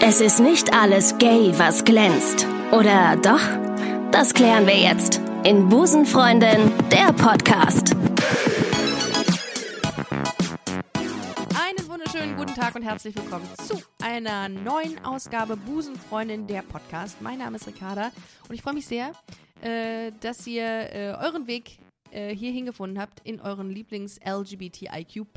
Es ist nicht alles gay, was glänzt. Oder doch? Das klären wir jetzt in Busenfreundin, der Podcast. Einen wunderschönen guten Tag und herzlich willkommen zu einer neuen Ausgabe Busenfreundin, der Podcast. Mein Name ist Ricarda und ich freue mich sehr, dass ihr euren Weg hierhin gefunden habt in euren Lieblings-LGBTIQ+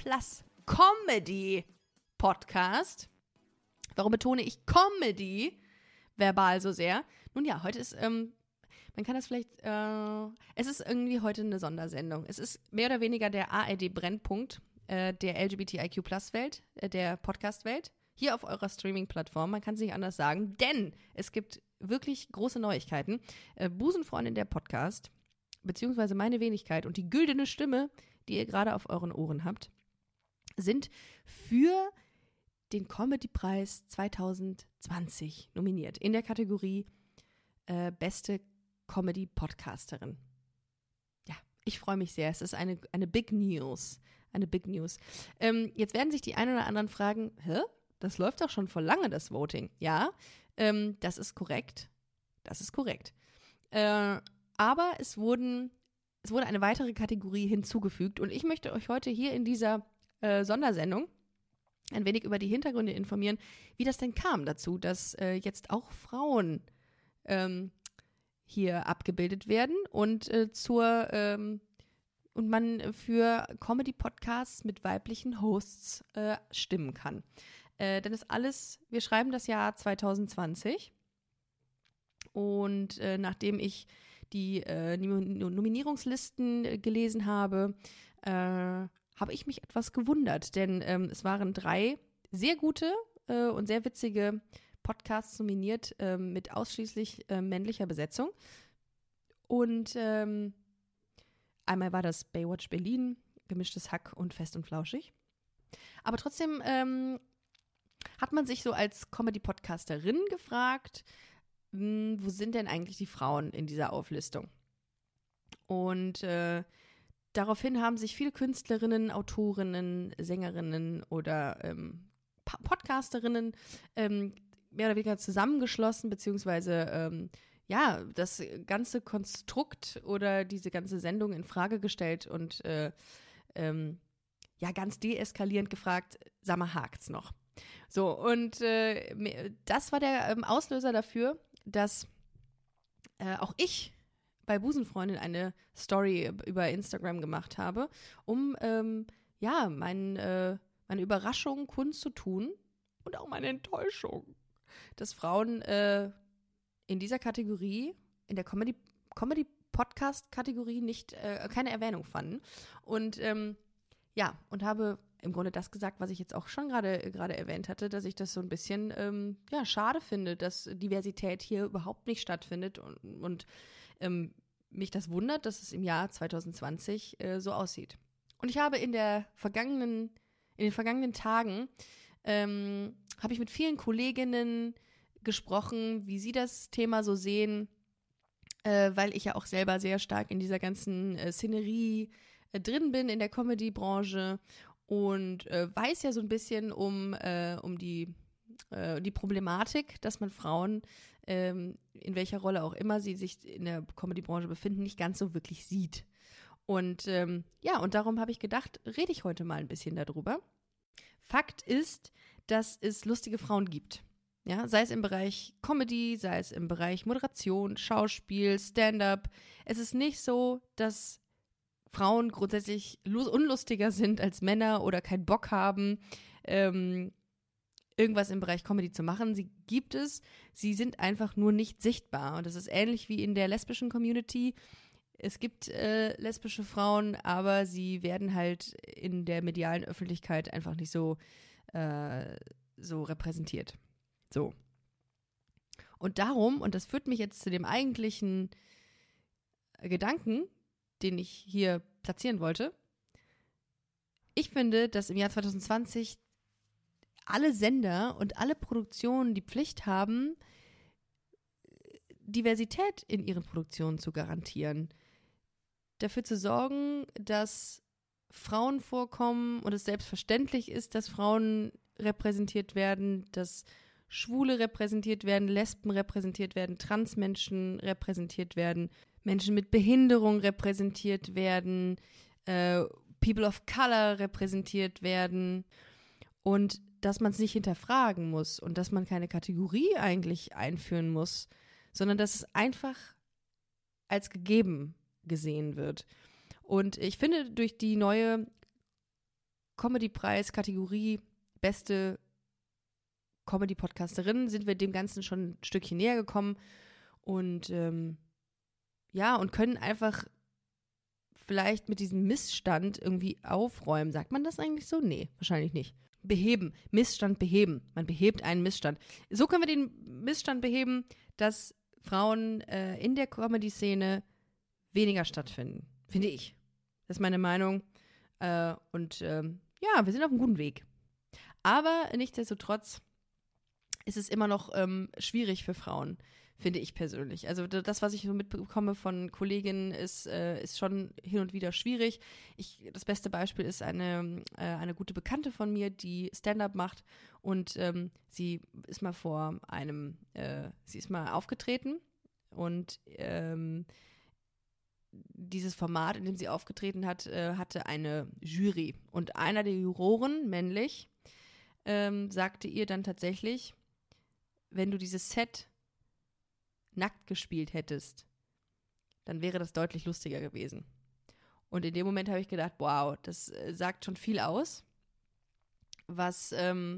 Comedy-Podcast. Warum betone ich Comedy verbal so sehr? Nun ja, heute ist, man kann das vielleicht, es ist irgendwie heute eine Sondersendung. Es ist mehr oder weniger der ARD-Brennpunkt der LGBTIQ+-Welt, der Podcast-Welt, hier auf eurer Streaming-Plattform. Man kann es nicht anders sagen, denn es gibt wirklich große Neuigkeiten. Busenfreundin der Podcast, beziehungsweise meine Wenigkeit und die güldene Stimme, die ihr gerade auf euren Ohren habt, sind für den Comedy-Preis 2020 nominiert in der Kategorie Beste Comedy-Podcasterin. Ja, ich freue mich sehr. Es ist eine Big News. Eine Big News. Jetzt werden sich die einen oder anderen fragen, das läuft doch schon vor lange, das Voting. Ja, das ist korrekt. Das ist korrekt. Aber es wurde eine weitere Kategorie hinzugefügt und ich möchte euch heute hier in dieser Sondersendung ein wenig über die Hintergründe informieren, wie das denn kam dazu, dass jetzt auch Frauen hier abgebildet werden und und man für Comedy-Podcasts mit weiblichen Hosts stimmen kann. Denn das alles, wir schreiben das Jahr 2020 und nachdem ich die Nominierungslisten gelesen habe, habe ich mich etwas gewundert, denn es waren 3 sehr gute und sehr witzige Podcasts nominiert mit ausschließlich männlicher Besetzung. Und einmal war das Baywatch Berlin, Gemischtes Hack und Fest und Flauschig. Aber trotzdem hat man sich so als Comedy-Podcasterin gefragt, wo sind denn eigentlich die Frauen in dieser Auflistung? Und daraufhin haben sich viele Künstlerinnen, Autorinnen, Sängerinnen oder Podcasterinnen mehr oder weniger zusammengeschlossen, beziehungsweise das ganze Konstrukt oder diese ganze Sendung in Frage gestellt und ganz deeskalierend gefragt, sag mal, hakt's noch? So, und das war der Auslöser dafür, dass auch ich bei Busenfreundin eine Story über Instagram gemacht habe, um meine Überraschung kundzutun und auch meine Enttäuschung, dass Frauen in dieser Kategorie, in der Comedy-Podcast-Kategorie keine Erwähnung fanden. Und und habe im Grunde das gesagt, was ich jetzt auch schon gerade erwähnt hatte, dass ich das so ein bisschen schade finde, dass Diversität hier überhaupt nicht stattfindet und mich das wundert, dass es im Jahr 2020 so aussieht. Und ich habe in den vergangenen Tagen habe ich mit vielen Kolleginnen gesprochen, wie sie das Thema so sehen, weil ich ja auch selber sehr stark in dieser ganzen Szenerie drin bin in der Comedy-Branche und weiß ja so ein bisschen um die Problematik, dass man Frauen, in welcher Rolle auch immer sie sich in der Comedy-Branche befinden, nicht ganz so wirklich sieht. Und und darum habe ich gedacht, rede ich heute mal ein bisschen darüber. Fakt ist, dass es lustige Frauen gibt. Ja, sei es im Bereich Comedy, sei es im Bereich Moderation, Schauspiel, Stand-up. Es ist nicht so, dass Frauen grundsätzlich unlustiger sind als Männer oder keinen Bock haben, irgendwas im Bereich Comedy zu machen. Sie gibt es, sie sind einfach nur nicht sichtbar. Und das ist ähnlich wie in der lesbischen Community. Es gibt lesbische Frauen, aber sie werden halt in der medialen Öffentlichkeit einfach nicht so repräsentiert. So. Und darum, und das führt mich jetzt zu dem eigentlichen Gedanken, den ich hier platzieren wollte. Ich finde, dass im Jahr 2020 alle Sender und alle Produktionen die Pflicht haben, Diversität in ihren Produktionen zu garantieren. Dafür zu sorgen, dass Frauen vorkommen und es selbstverständlich ist, dass Frauen repräsentiert werden, dass Schwule repräsentiert werden, Lesben repräsentiert werden, Transmenschen repräsentiert werden, Menschen mit Behinderung repräsentiert werden, People of Color repräsentiert werden und dass man es nicht hinterfragen muss und dass man keine Kategorie eigentlich einführen muss, sondern dass es einfach als gegeben gesehen wird. Und ich finde, durch die neue Comedy-Preis-Kategorie beste Comedy-Podcasterin sind wir dem Ganzen schon ein Stückchen näher gekommen und und können einfach vielleicht mit diesem Missstand irgendwie aufräumen. Sagt man das eigentlich so? Nee, wahrscheinlich nicht. Beheben, Missstand beheben. Man behebt einen Missstand. So können wir den Missstand beheben, dass Frauen in der Comedy-Szene weniger stattfinden. Finde ich. Das ist meine Meinung. Wir sind auf einem guten Weg. Aber nichtsdestotrotz ist es immer noch schwierig für Frauen, finde ich persönlich. Also das, was ich so mitbekomme von Kolleginnen, ist schon hin und wieder schwierig. Das beste Beispiel ist eine gute Bekannte von mir, die Stand-up macht und sie ist mal aufgetreten und dieses Format, in dem sie aufgetreten hat, hatte eine Jury. Und einer der Juroren, männlich, sagte ihr dann tatsächlich, wenn du dieses Set nackt gespielt hättest, dann wäre das deutlich lustiger gewesen. Und in dem Moment habe ich gedacht, wow, das sagt schon viel aus, was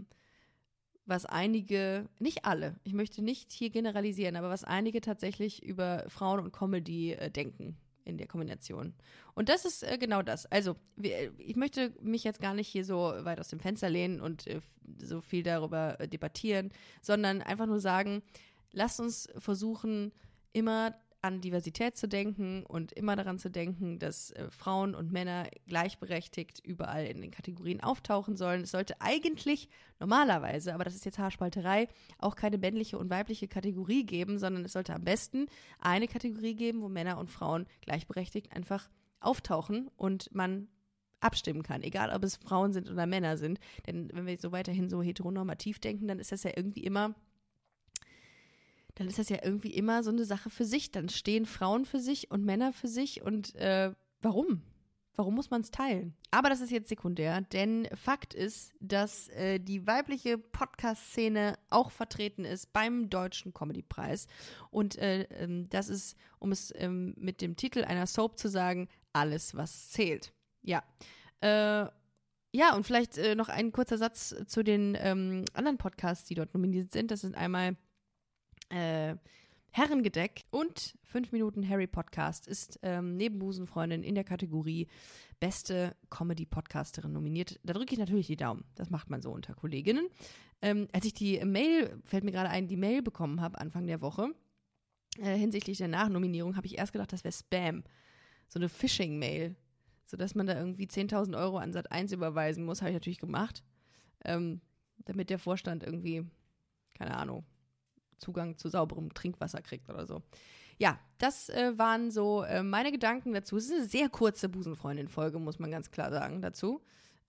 einige, nicht alle, ich möchte nicht hier generalisieren, aber was einige tatsächlich über Frauen und Comedy denken in der Kombination. Und das ist genau das. Also, ich möchte mich jetzt gar nicht hier so weit aus dem Fenster lehnen und so viel darüber debattieren, sondern einfach nur sagen, lasst uns versuchen, immer an Diversität zu denken und immer daran zu denken, dass Frauen und Männer gleichberechtigt überall in den Kategorien auftauchen sollen. Es sollte eigentlich normalerweise, aber das ist jetzt Haarspalterei, auch keine männliche und weibliche Kategorie geben, sondern es sollte am besten eine Kategorie geben, wo Männer und Frauen gleichberechtigt einfach auftauchen und man abstimmen kann, egal ob es Frauen sind oder Männer sind. Denn wenn wir so weiterhin so heteronormativ denken, dann ist das ja irgendwie immer so eine Sache für sich. Dann stehen Frauen für sich und Männer für sich und warum? Warum muss man es teilen? Aber das ist jetzt sekundär, denn Fakt ist, dass die weibliche Podcast-Szene auch vertreten ist beim Deutschen Comedy-Preis. Und das ist, um es mit dem Titel einer Soap zu sagen, alles, was zählt. Ja. Und vielleicht noch ein kurzer Satz zu den anderen Podcasts, die dort nominiert sind. Das sind einmal Herrengedeck und 5 Minuten Harry Podcast ist neben Busenfreundin in der Kategorie beste Comedy-Podcasterin nominiert. Da drücke ich natürlich die Daumen. Das macht man so unter Kolleginnen. Als ich die Mail bekommen habe Anfang der Woche, hinsichtlich der Nachnominierung, habe ich erst gedacht, das wäre Spam. So eine Phishing-Mail, sodass man da irgendwie 10.000 Euro an Sat.1 überweisen muss, habe ich natürlich gemacht, damit der Vorstand irgendwie, keine Ahnung, Zugang zu sauberem Trinkwasser kriegt oder so. Ja, das waren so meine Gedanken dazu. Es ist eine sehr kurze Busenfreundin-Folge, muss man ganz klar sagen dazu.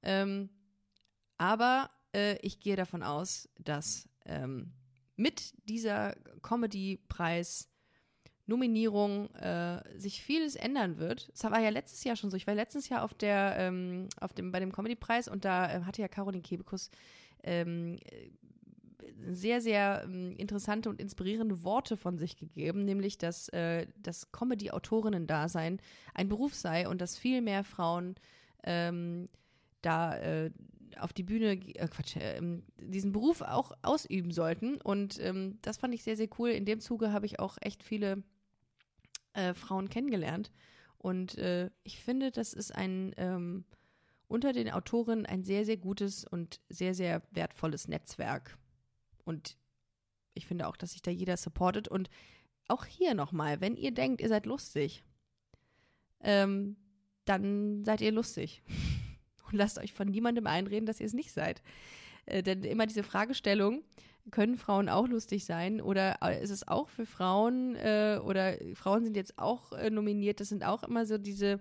Aber ich gehe davon aus, dass mit dieser Comedy-Preis-Nominierung sich vieles ändern wird. Das war ja letztes Jahr schon so. Ich war letztes Jahr bei dem Comedy-Preis und da hatte ja Caroline Kebekus sehr, sehr interessante und inspirierende Worte von sich gegeben, nämlich, dass das Comedy-Autorinnen-Dasein ein Beruf sei und dass viel mehr Frauen auf die Bühne, diesen Beruf auch ausüben sollten. Und das fand ich sehr, sehr cool. In dem Zuge habe ich auch echt viele Frauen kennengelernt. Und ich finde, das ist unter den Autorinnen ein sehr, sehr gutes und sehr, sehr wertvolles Netzwerk. Und ich finde auch, dass sich da jeder supportet. Und auch hier nochmal, wenn ihr denkt, ihr seid lustig, dann seid ihr lustig. Und lasst euch von niemandem einreden, dass ihr es nicht seid. Denn immer diese Fragestellung, können Frauen auch lustig sein? Oder ist es auch für Frauen? Oder Frauen sind jetzt auch nominiert? Das sind auch immer so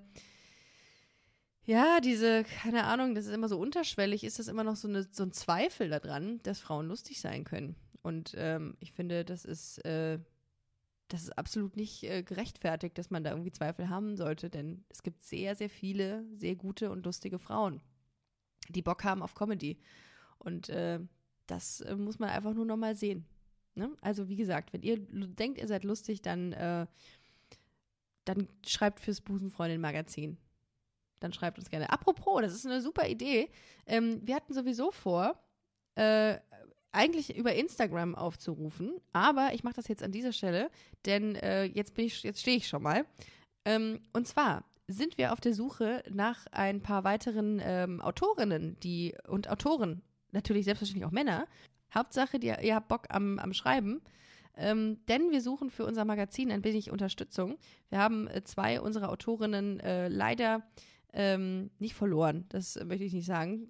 keine Ahnung, das ist immer so unterschwellig, ist das immer noch so ein Zweifel daran, dass Frauen lustig sein können. Und ich finde, das ist absolut nicht gerechtfertigt, dass man da irgendwie Zweifel haben sollte, denn es gibt sehr, sehr viele sehr gute und lustige Frauen, die Bock haben auf Comedy. Und das muss man einfach nur nochmal sehen. Ne? Also wie gesagt, wenn ihr denkt, ihr seid lustig, dann schreibt fürs Busenfreundin-Magazin. Dann schreibt uns gerne. Apropos, das ist eine super Idee. Wir hatten sowieso vor, eigentlich über Instagram aufzurufen, aber ich mache das jetzt an dieser Stelle, denn jetzt stehe ich schon mal. Und zwar sind wir auf der Suche nach ein paar weiteren Autorinnen und Autoren, natürlich selbstverständlich auch Männer. Hauptsache, ihr habt Bock am Schreiben. Denn wir suchen für unser Magazin ein wenig Unterstützung. Wir haben 2 unserer Autorinnen leider nicht verloren, das möchte ich nicht sagen.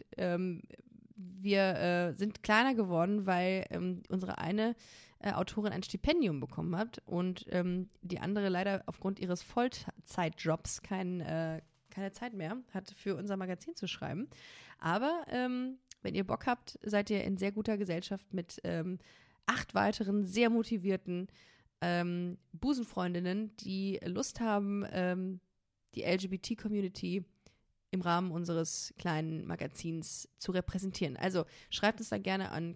Wir sind kleiner geworden, weil unsere eine Autorin ein Stipendium bekommen hat und die andere leider aufgrund ihres Vollzeitjobs keine Zeit mehr hat, für unser Magazin zu schreiben. Aber wenn ihr Bock habt, seid ihr in sehr guter Gesellschaft mit 8 weiteren sehr motivierten Busenfreundinnen, die Lust haben, die LGBT-Community im Rahmen unseres kleinen Magazins zu repräsentieren. Also schreibt uns da gerne an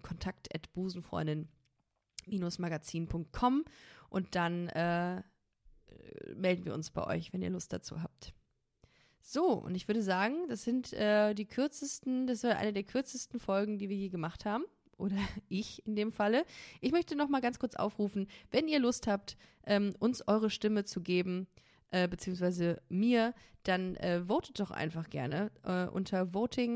kontakt@busenfreundin-magazin.com und dann melden wir uns bei euch, wenn ihr Lust dazu habt. So, und ich würde sagen, das war eine der kürzesten Folgen, die wir je gemacht haben. Oder ich in dem Falle. Ich möchte noch mal ganz kurz aufrufen, wenn ihr Lust habt, uns eure Stimme zu geben, beziehungsweise mir, dann votet doch einfach gerne unter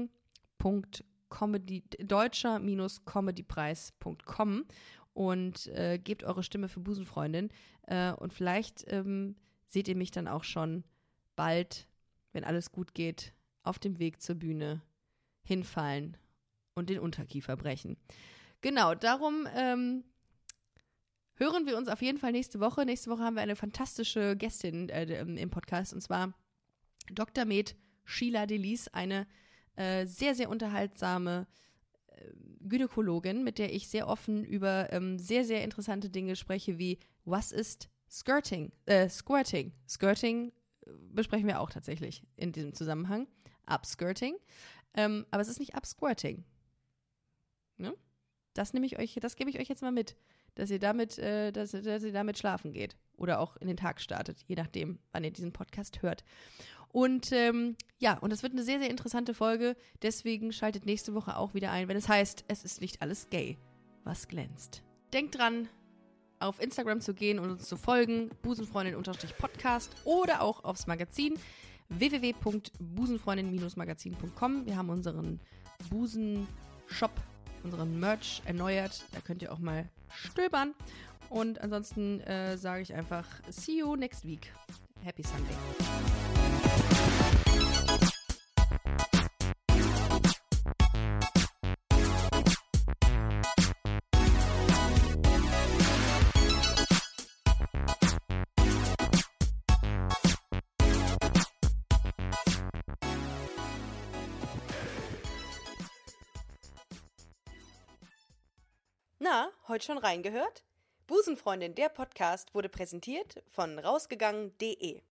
voting.deutscher-comedypreis.com und gebt eure Stimme für Busenfreundin. Und vielleicht seht ihr mich dann auch schon bald, wenn alles gut geht, auf dem Weg zur Bühne hinfallen und den Unterkiefer brechen. Genau, darum hören wir uns auf jeden Fall nächste Woche. Nächste Woche haben wir eine fantastische Gästin im Podcast, und zwar Dr. Med Sheila Delis, eine sehr, sehr unterhaltsame Gynäkologin, mit der ich sehr offen über sehr, sehr interessante Dinge spreche, wie was ist Squirting? Skirting besprechen wir auch tatsächlich in diesem Zusammenhang. Upskirting. Aber es ist nicht Upsquirting. Ne? Das gebe ich euch jetzt mal mit, dass ihr damit schlafen geht oder auch in den Tag startet, je nachdem, wann ihr diesen Podcast hört. Und und das wird eine sehr, sehr interessante Folge. Deswegen schaltet nächste Woche auch wieder ein, wenn es heißt, es ist nicht alles gay, was glänzt. Denkt dran, auf Instagram zu gehen und uns zu folgen, busenfreundin_podcast oder auch aufs Magazin www.busenfreundin-magazin.com. Wir haben unseren Busen-Shop, unseren Merch erneuert. Da könnt ihr auch mal stöbern. Und ansonsten sage ich einfach, see you next week. Happy Sunday. Na, heute schon reingehört? Busenfreundin, der Podcast, wurde präsentiert von rausgegangen.de.